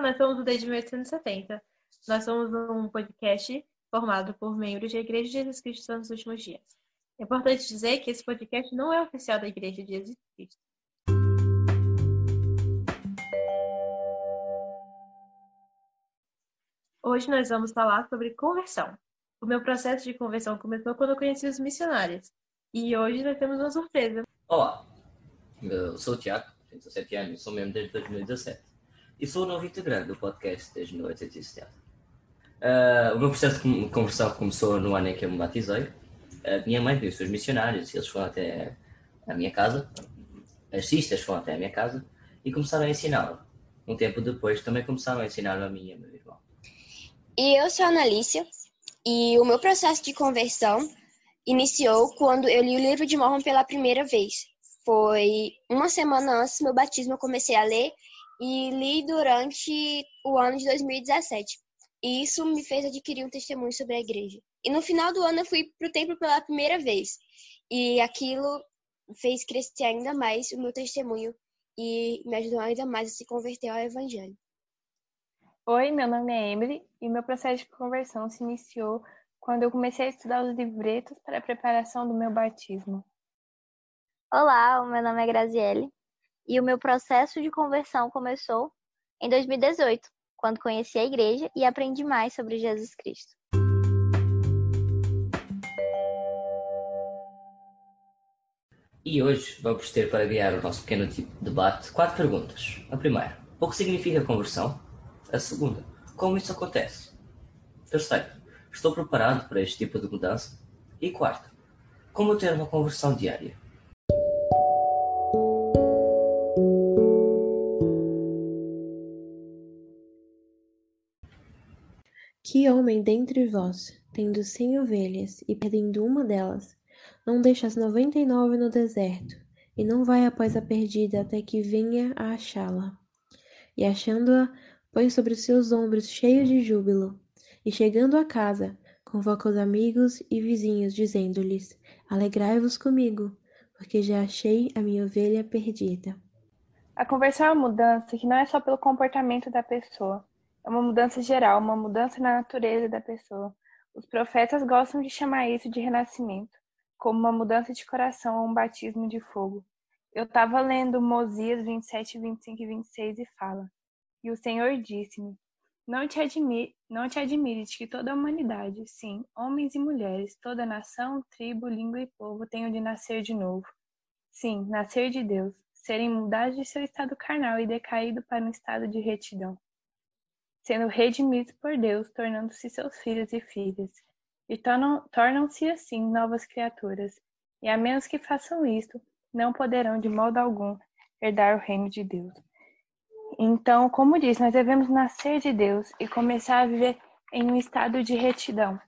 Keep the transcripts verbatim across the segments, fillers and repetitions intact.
nós somos o Desde mil oitocentos e setenta. Nós somos um podcast formado por membros da Igreja de Jesus Cristo Santos dos Últimos Dias. É importante dizer que esse podcast não é oficial da Igreja de Jesus Cristo. Hoje nós vamos falar sobre conversão. O meu processo de conversão começou quando eu conheci os missionários. E hoje nós temos uma surpresa. Olá, eu sou o Tiago, tenho dezassete anos e sou membro desde dois mil e dezassete. E sou o novo integrante do podcast desde mil oitocentos e setenta. Uh, o meu processo de conversão começou no ano em que eu me batizei. Uh, minha mãe conheceu os missionários, eles foram até a minha casa, as sisters foram até a minha casa e começaram a ensiná-la. Um tempo depois também começaram a ensinar a mim e a meu irmão. E eu sou a Analícia, e o meu processo de conversão iniciou quando eu li o livro de Mormon pela primeira vez. Foi uma semana antes do meu batismo, eu comecei a ler e li durante o ano de dois mil e dezessete. E isso me fez adquirir um testemunho sobre a igreja. E no final do ano eu fui para o templo pela primeira vez. E aquilo fez crescer ainda mais o meu testemunho e me ajudou ainda mais a se converter ao evangelho. Oi, meu nome é Emily e meu processo de conversão se iniciou quando eu comecei a estudar os livretos para a preparação do meu batismo. Olá, o meu nome é Graziele e o meu processo de conversão começou em dois mil e dezoito, quando conheci a igreja e aprendi mais sobre Jesus Cristo. E hoje vamos ter para guiar o nosso pequeno debate quatro perguntas. A primeira, o que significa conversão? A segunda, como isso acontece? Terceiro, estou preparado para este tipo de mudança? E quarto, como ter uma conversão diária? Que homem dentre vós, tendo cem ovelhas e perdendo uma delas, não deixa as noventa e nove no deserto, e não vai após a perdida até que venha a achá-la? E achando-a, põe sobre os seus ombros cheios de júbilo, e chegando a casa, convoca os amigos e vizinhos, dizendo-lhes: Alegrai-vos comigo, porque já achei a minha ovelha perdida. A conversão é uma mudança que não é só pelo comportamento da pessoa. É uma mudança geral, uma mudança na natureza da pessoa. Os profetas gostam de chamar isso de renascimento, como uma mudança de coração ou um batismo de fogo. Eu estava lendo Mosias vinte e sete, vinte e cinco e vinte e seis e fala: E o Senhor disse-me, não te admire, não te admire de que toda a humanidade, sim, homens e mulheres, toda nação, tribo, língua e povo tenham de nascer de novo. Sim, nascer de Deus, serem mudados de seu estado carnal e decaído para um estado de retidão, sendo redimidos por Deus, tornando-se seus filhos e filhas, e tornam, tornam-se assim novas criaturas, e a menos que façam isto, não poderão de modo algum herdar o reino de Deus. Então, como diz, nós devemos nascer de Deus e começar a viver em um estado de retidão.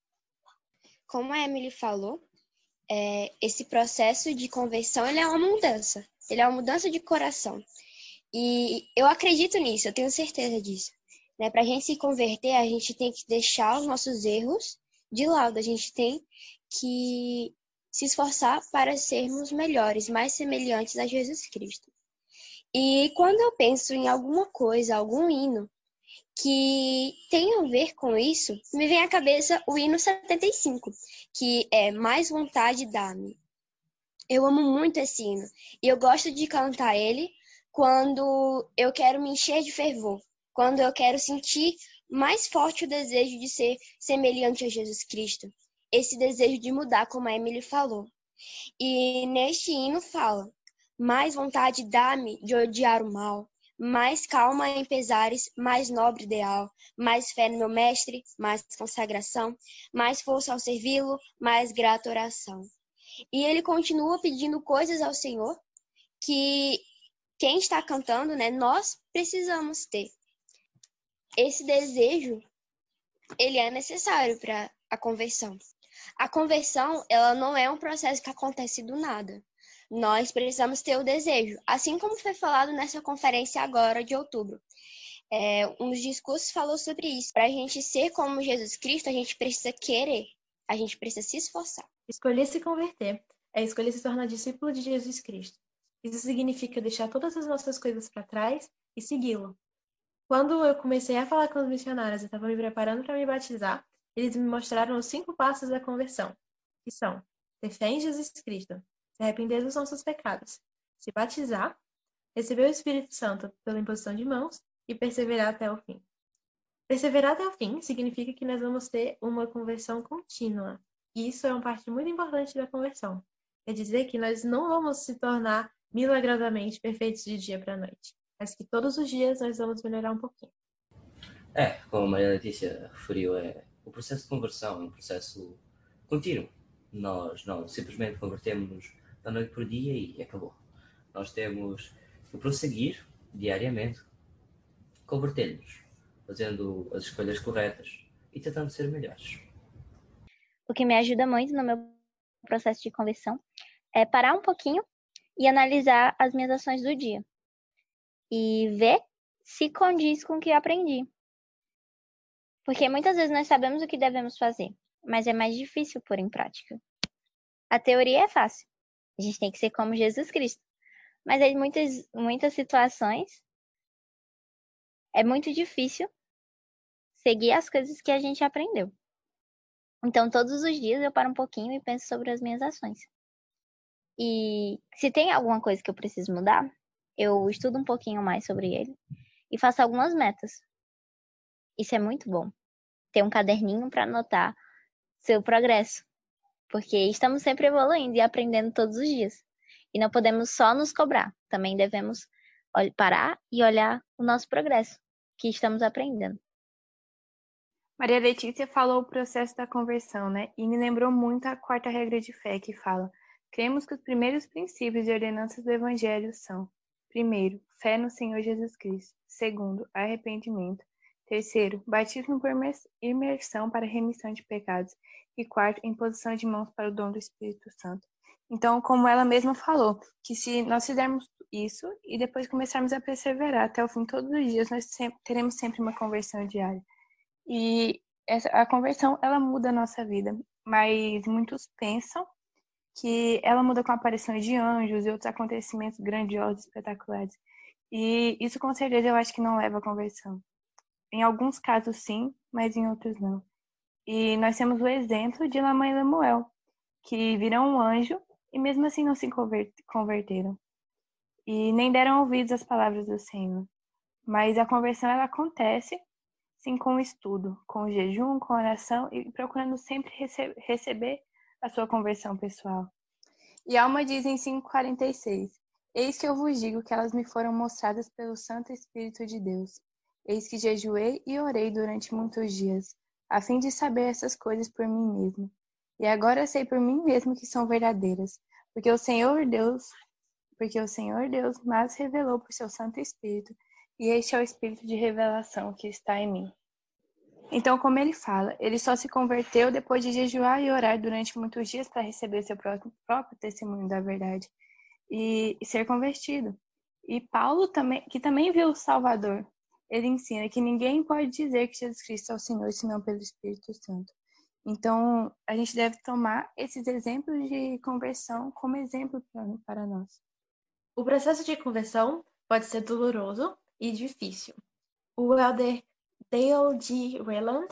Como a Emily falou, é, esse processo de conversão ele é uma mudança. Ele é uma mudança de coração. E eu acredito nisso, eu tenho certeza disso. Né? Para a gente se converter, a gente tem que deixar os nossos erros de lado. A gente tem que se esforçar para sermos melhores, mais semelhantes a Jesus Cristo. E quando eu penso em alguma coisa, algum hino que tem a ver com isso, me vem à cabeça o hino setenta e cinco, que é Mais Vontade Dá-me. Eu amo muito esse hino e eu gosto de cantar ele quando eu quero me encher de fervor, quando eu quero sentir mais forte o desejo de ser semelhante a Jesus Cristo, esse desejo de mudar, como a Emily falou. E neste hino fala: mais vontade dá-me de odiar o mal, mais calma em pesares, mais nobre ideal, mais fé no meu mestre, mais consagração, mais força ao servi-lo, mais grata oração. E ele continua pedindo coisas ao Senhor que quem está cantando, né, nós precisamos ter. Esse desejo, ele é necessário para a conversão. A conversão, ela não é um processo que acontece do nada. Nós precisamos ter o desejo, assim como foi falado nessa conferência agora de outubro. É, um dos discursos falou sobre isso. Para a gente ser como Jesus Cristo, a gente precisa querer, a gente precisa se esforçar. Escolher se converter é escolher se tornar discípulo de Jesus Cristo. Isso significa deixar todas as nossas coisas para trás e segui-lo. Quando eu comecei a falar com os missionários e estava me preparando para me batizar, eles me mostraram os cinco passos da conversão, que são ter fé em Jesus Cristo, se arrepender dos nossos pecados, se batizar, receber o Espírito Santo pela imposição de mãos e perseverar até o fim. Perseverar até o fim significa que nós vamos ter uma conversão contínua. E isso é uma parte muito importante da conversão. Quer dizer que nós não vamos se tornar milagrosamente perfeitos de dia para a noite, mas que todos os dias nós vamos melhorar um pouquinho. É, como a Maria Letícia referiu, é, o processo de conversão é um processo contínuo. Nós não simplesmente convertemos da noite por dia e acabou. Nós temos que prosseguir diariamente, converter-nos, fazendo as escolhas corretas e tentando ser melhores. O que me ajuda muito no meu processo de conversão é parar um pouquinho e analisar as minhas ações do dia e ver se condiz com o que eu aprendi. Porque muitas vezes nós sabemos o que devemos fazer, mas é mais difícil pôr em prática. A teoria é fácil. A gente tem que ser como Jesus Cristo. Mas em muitas, muitas situações é muito difícil seguir as coisas que a gente aprendeu. Então, todos os dias eu paro um pouquinho e penso sobre as minhas ações. E se tem alguma coisa que eu preciso mudar, eu estudo um pouquinho mais sobre ele e faço algumas metas. Isso é muito bom. Ter um caderninho para anotar seu progresso. Porque estamos sempre evoluindo e aprendendo todos os dias. E não podemos só nos cobrar. Também devemos parar e olhar o nosso progresso que estamos aprendendo. Maria Letícia falou o processo da conversão, né? E me lembrou muito a quarta regra de fé, que fala: cremos que os primeiros princípios e ordenanças do Evangelho são: primeiro, fé no Senhor Jesus Cristo; segundo, arrependimento; terceiro, batismo por imersão para remissão de pecados; e quarto, imposição de mãos para o dom do Espírito Santo. Então, como ela mesma falou, que se nós fizermos isso e depois começarmos a perseverar até o fim todos os dias, nós sempre, teremos sempre uma conversão diária. E essa, a conversão, ela muda a nossa vida, mas muitos pensam que ela muda com aparições de anjos e outros acontecimentos grandiosos, espetaculares. E isso, com certeza, eu acho que não leva à conversão. Em alguns casos, sim, mas em outros, não. E nós temos o exemplo de Lamã e Lemuel, que viram um anjo e mesmo assim não se converteram. E nem deram ouvidos às palavras do Senhor. Mas a conversão, ela acontece sim com o estudo, com o jejum, com a oração e procurando sempre rece- receber a sua conversão pessoal. E Alma diz em cinco quarenta e seis: eis que eu vos digo que elas me foram mostradas pelo Santo Espírito de Deus. Eis que jejuei e orei durante muitos dias, a fim de saber essas coisas por mim mesmo. E agora sei por mim mesmo que são verdadeiras, porque o Senhor Deus, porque o Senhor Deus mas revelou por seu Santo Espírito, e este é o Espírito de revelação que está em mim. Então, como ele fala, ele só se converteu depois de jejuar e orar durante muitos dias para receber seu próprio, próprio testemunho da verdade e, e ser convertido. E Paulo, também, que também viu o Salvador, ele ensina que ninguém pode dizer que Jesus Cristo é o Senhor senão pelo Espírito Santo. Então, a gente deve tomar esses exemplos de conversão como exemplo para nós. O processo de conversão pode ser doloroso e difícil. O elder Dale G. Rayland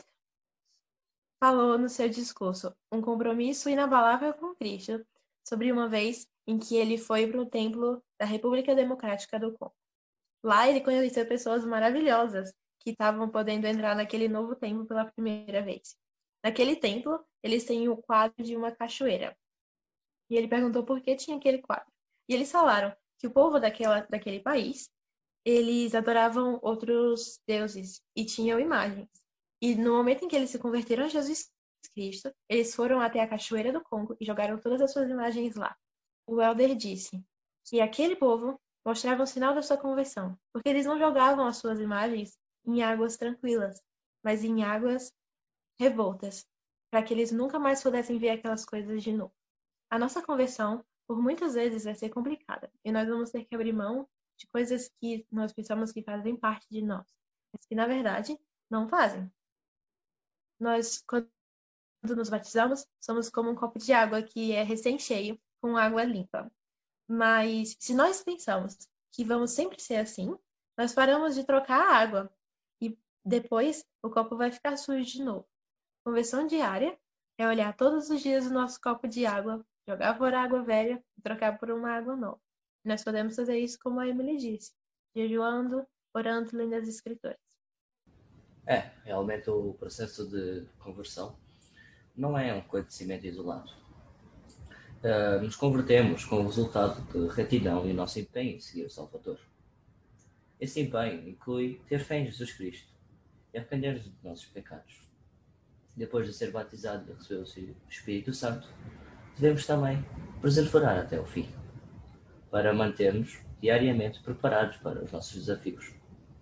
falou no seu discurso um compromisso inabalável com Cristo sobre uma vez em que ele foi para o templo da República Democrática do Congo. Lá ele conheceu pessoas maravilhosas que estavam podendo entrar naquele novo templo pela primeira vez. Naquele templo, eles têm o quadro de uma cachoeira. E ele perguntou por que tinha aquele quadro. E eles falaram que o povo daquela, daquele país, eles adoravam outros deuses e tinham imagens. E no momento em que eles se converteram a Jesus Cristo, eles foram até a cachoeira do Congo e jogaram todas as suas imagens lá. O elder disse que aquele povo mostrava um sinal da sua conversão, porque eles não jogavam as suas imagens em águas tranquilas, mas em águas revoltas, para que eles nunca mais pudessem ver aquelas coisas de novo. A nossa conversão, por muitas vezes, vai ser complicada, e nós vamos ter que abrir mão de coisas que nós pensamos que fazem parte de nós, mas que, na verdade, não fazem. Nós, quando nos batizamos, somos como um copo de água que é recém-cheio, com água limpa. Mas, se nós pensamos que vamos sempre ser assim, nós paramos de trocar a água Depois, o copo vai ficar sujo de novo. Conversão diária é olhar todos os dias o nosso copo de água, jogar fora a água velha e trocar por uma água nova. Nós podemos fazer isso como a Emily disse, jejuando, orando, lendo as escrituras. É, realmente o processo de conversão não é um acontecimento isolado. Uh, nos convertemos com o resultado de retidão e o nosso empenho em seguir o Salvador. Esse empenho inclui ter fé em Jesus Cristo e arrepender-nos dos nossos pecados. Depois de ser batizado e receber o Espírito Santo, devemos também perseverar até o fim, para manter-nos diariamente preparados para os nossos desafios.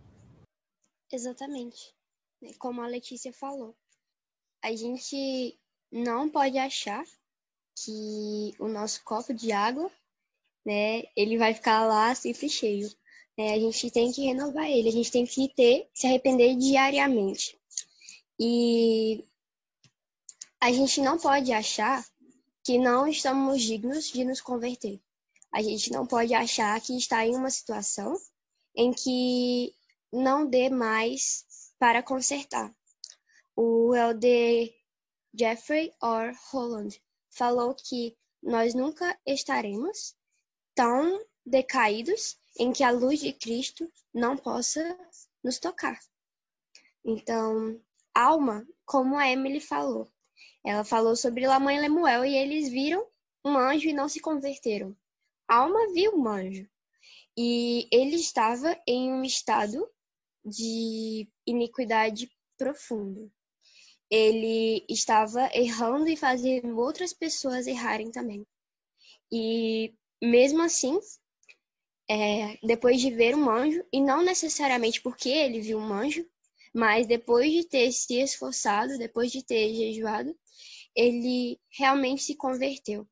Exatamente. Como a Letícia falou, a gente não pode achar que o nosso copo de água, né, ele vai ficar lá sempre cheio. Né? A gente tem que renovar ele, a gente tem que ter, se arrepender diariamente. E a gente não pode achar que não estamos dignos de nos converter. A gente não pode achar que está em uma situação em que não dê mais para consertar. O elder Jeffrey R. Holland falou que nós nunca estaremos tão decaídos em que a luz de Cristo não possa nos tocar. Então, alma, como a Emily falou, ela falou sobre Lamã e Lemuel e eles viram um anjo e não se converteram. Alma viu um anjo e ele estava em um estado de iniquidade profunda. Ele estava errando e fazendo outras pessoas errarem também. E mesmo assim, é, depois de ver um anjo, e não necessariamente porque ele viu um anjo, mas depois de ter se esforçado, depois de ter jejuado, ele realmente se converteu.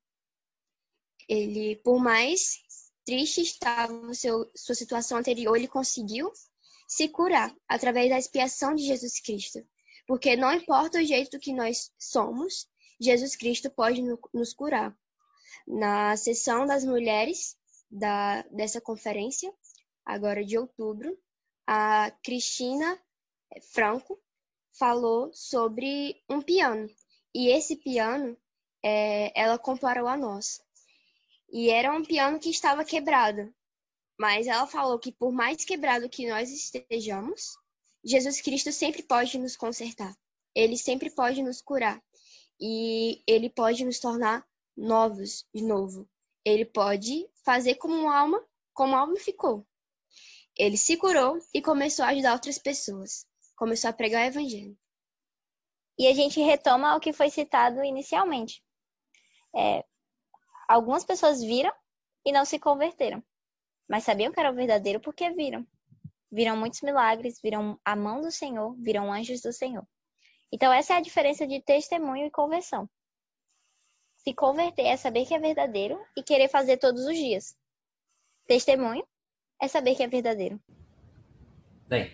Ele, por mais triste estava seu, sua situação anterior, ele conseguiu se curar através da expiação de Jesus Cristo. Porque não importa o jeito que nós somos, Jesus Cristo pode nos curar. Na sessão das mulheres da, dessa conferência, agora de outubro, a Cristina Franco falou sobre um piano. E esse piano, é, ela comparou a nós. E era um piano que estava quebrado. Mas ela falou que por mais quebrado que nós estejamos, Jesus Cristo sempre pode nos consertar. Ele sempre pode nos curar. E ele pode nos tornar novos de novo. Ele pode fazer como a alma, como a alma ficou. Ele se curou e começou a ajudar outras pessoas. Começou a pregar o evangelho. E a gente retoma o que foi citado inicialmente. É, algumas pessoas viram e não se converteram. Mas sabiam que era o verdadeiro porque viram. Viram muitos milagres, viram a mão do Senhor, viram anjos do Senhor. Então essa é a diferença de testemunho e conversão. Se converter é saber que é verdadeiro e querer fazer todos os dias. Testemunho é saber que é verdadeiro. Bem,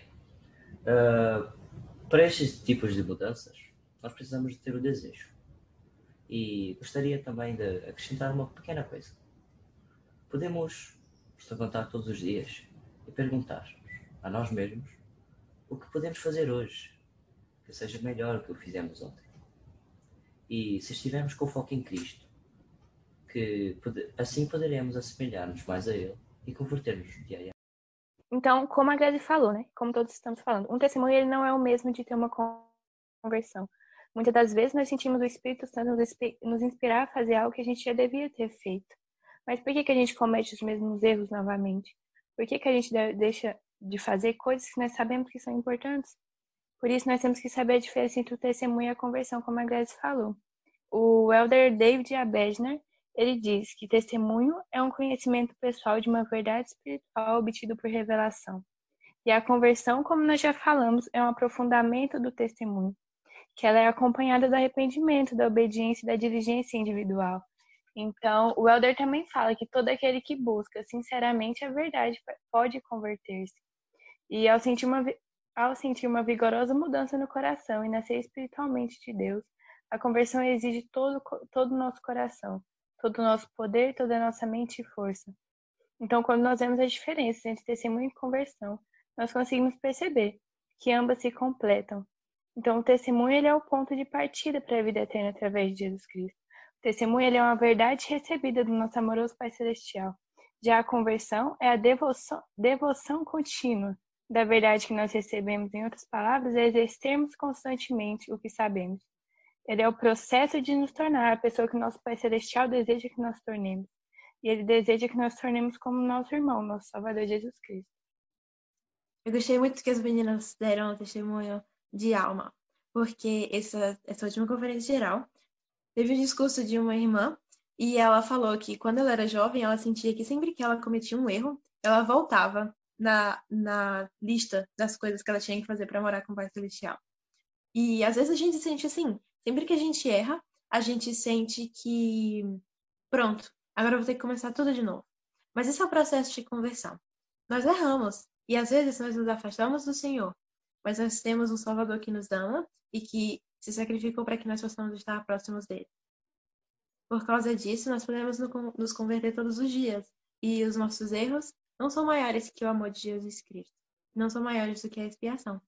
uh, para estes tipos de mudanças, nós precisamos de ter o desejo. E gostaria também de acrescentar uma pequena coisa. Podemos nos levantar todos os dias e perguntar a nós mesmos o que podemos fazer hoje que seja melhor do que o fizemos ontem. E se estivermos com foco em Cristo, que assim poderemos assemelhar-nos mais a Ele e converter-nos diariamente. Então, como a Grazi falou, né? Como todos estamos falando, um testemunho ele não é o mesmo de ter uma conversão. Muitas das vezes nós sentimos o Espírito Santo nos inspirar a fazer algo que a gente já devia ter feito. Mas por que, que a gente comete os mesmos erros novamente? Por que, que a gente deixa de fazer coisas que nós sabemos que são importantes? Por isso nós temos que saber a diferença entre o testemunho e a conversão, como a Grazi falou. O elder David Abedner, ele diz que testemunho é um conhecimento pessoal de uma verdade espiritual obtido por revelação. E a conversão, como nós já falamos, é um aprofundamento do testemunho, que ela é acompanhada do arrependimento, da obediência e da diligência individual. Então, o elder também fala que todo aquele que busca sinceramente a verdade pode converter-se. E ao sentir uma, ao sentir uma vigorosa mudança no coração e nascer espiritualmente de Deus, a conversão exige todo, todo o nosso coração, todo o nosso poder, toda a nossa mente e força. Então, quando nós vemos a diferença entre testemunho e conversão, nós conseguimos perceber que ambas se completam. Então, o testemunho ele é o ponto de partida para a vida eterna através de Jesus Cristo. O testemunho ele é uma verdade recebida do nosso amoroso Pai Celestial. Já a conversão é a devoção, devoção contínua da verdade que nós recebemos. Em outras palavras, é exercermos constantemente o que sabemos. Ele é o processo de nos tornar a pessoa que nosso Pai Celestial deseja que nós tornemos. E Ele deseja que nós tornemos como nosso irmão, nosso Salvador Jesus Cristo. Eu gostei muito que as meninas deram o testemunho de alma, porque essa, essa última conferência geral teve o discurso de uma irmã e ela falou que quando ela era jovem, ela sentia que sempre que ela cometia um erro, ela voltava na, na lista das coisas que ela tinha que fazer para morar com o Pai Celestial. E às vezes a gente sente assim, sempre que a gente erra, a gente sente que, pronto, agora eu vou ter que começar tudo de novo. Mas esse é o processo de conversão. Nós erramos e às vezes nós nos afastamos do Senhor, mas nós temos um Salvador que nos ama e que se sacrificou para que nós possamos estar próximos dele. Por causa disso, nós podemos nos converter todos os dias. E os nossos erros não são maiores que o amor de Jesus Cristo. Não são maiores do que a expiação.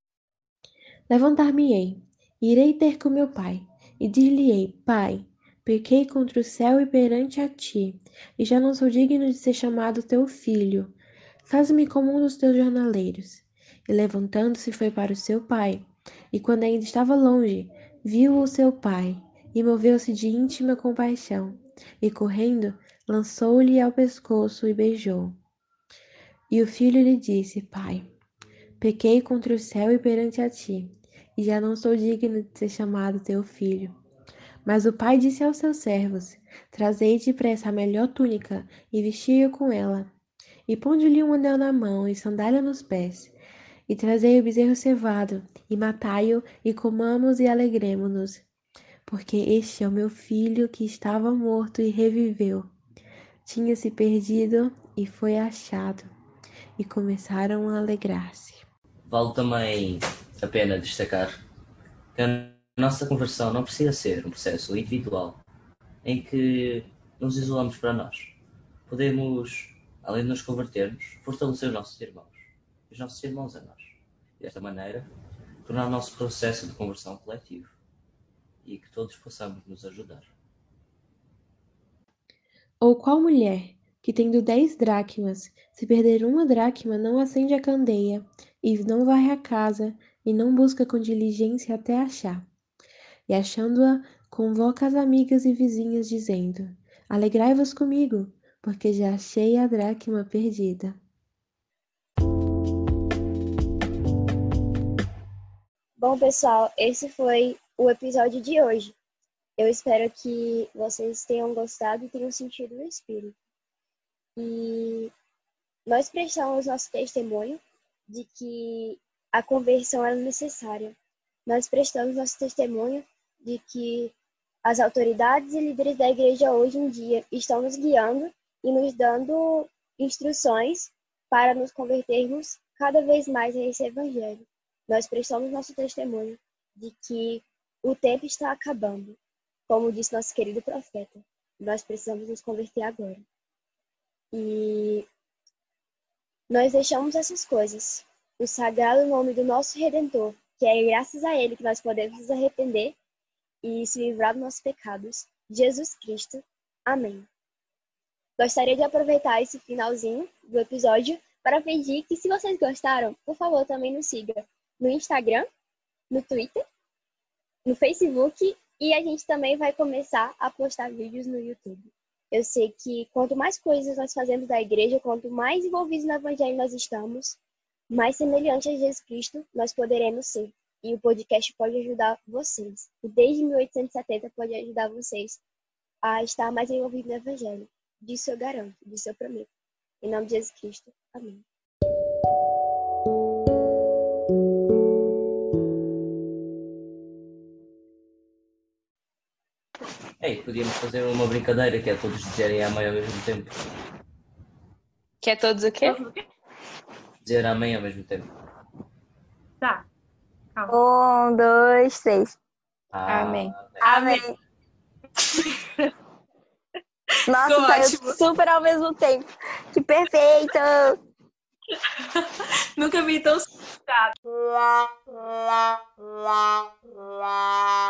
Levantar-me-ei, irei ter com meu pai, e dir-lhe-ei, Pai, pequei contra o céu e perante a ti, e já não sou digno de ser chamado teu filho. Faz-me como um dos teus jornaleiros. E levantando-se foi para o seu pai, e quando ainda estava longe, viu o seu pai, e moveu-se de íntima compaixão, e correndo, lançou-lhe ao pescoço e beijou. E o filho lhe disse, Pai, pequei contra o céu e perante a ti, e já não sou digno de ser chamado teu filho. Mas o pai disse aos seus servos, trazei depressa a melhor túnica, e vestii-o com ela, e ponde-lhe um anel na mão, e sandália nos pés, e trazei o bezerro cevado, e matai-o, e comamos e alegremo-nos. Porque este é o meu filho que estava morto e reviveu. Tinha se perdido e foi achado. E começaram a alegrar-se. Vale também a pena destacar que a nossa conversão não precisa ser um processo individual em que nos isolamos para nós. Podemos, além de nos convertermos, fortalecer os nossos irmãos, os nossos irmãos a nós. E desta maneira, tornar o nosso processo de conversão coletivo e que todos possamos nos ajudar. Ou qual mulher, que tendo dez dracmas, se perder uma dracma, não acende a candeia, e não varre a casa, e não busca com diligência até achar. E achando-a, convoca as amigas e vizinhas, dizendo, alegrai-vos comigo, porque já achei a dracma perdida. Bom, pessoal, esse foi o episódio de hoje. Eu espero que vocês tenham gostado e tenham sentido o Espírito. E nós prestamos nosso testemunho de que a conversão é necessária. Nós prestamos nosso testemunho de que as autoridades e líderes da igreja hoje em dia estão nos guiando e nos dando instruções para nos convertermos cada vez mais a esse evangelho. Nós prestamos nosso testemunho de que o tempo está acabando. Como disse nosso querido profeta, nós precisamos nos converter agora. E nós deixamos essas coisas. O sagrado nome do nosso Redentor, que é graças a Ele que nós podemos nos arrepender e se livrar dos nossos pecados. Jesus Cristo. Amém. Gostaria de aproveitar esse finalzinho do episódio para pedir que, se vocês gostaram, por favor, também nos siga no Instagram, no Twitter, no Facebook, e a gente também vai começar a postar vídeos no YouTube. Eu sei que quanto mais coisas nós fazemos da igreja, quanto mais envolvidos no Evangelho nós estamos, mais semelhante a Jesus Cristo nós poderemos ser. E o podcast pode ajudar vocês. E desde mil oitocentos e setenta pode ajudar vocês a estar mais envolvidos no Evangelho. Disso eu garanto, disso eu prometo. Em nome de Jesus Cristo. Amém. Ei, podíamos fazer uma brincadeira que é todos dizerem amém ao mesmo tempo. Quer todos o quê? Dizer amém ao mesmo tempo. Tá. Calma. Um, dois, três. Ah, Amém. Amém. Nossa, Ficou saiu ótimo. super ao mesmo tempo. Que perfeito! Nunca vi tão simultâneo. Obrigada.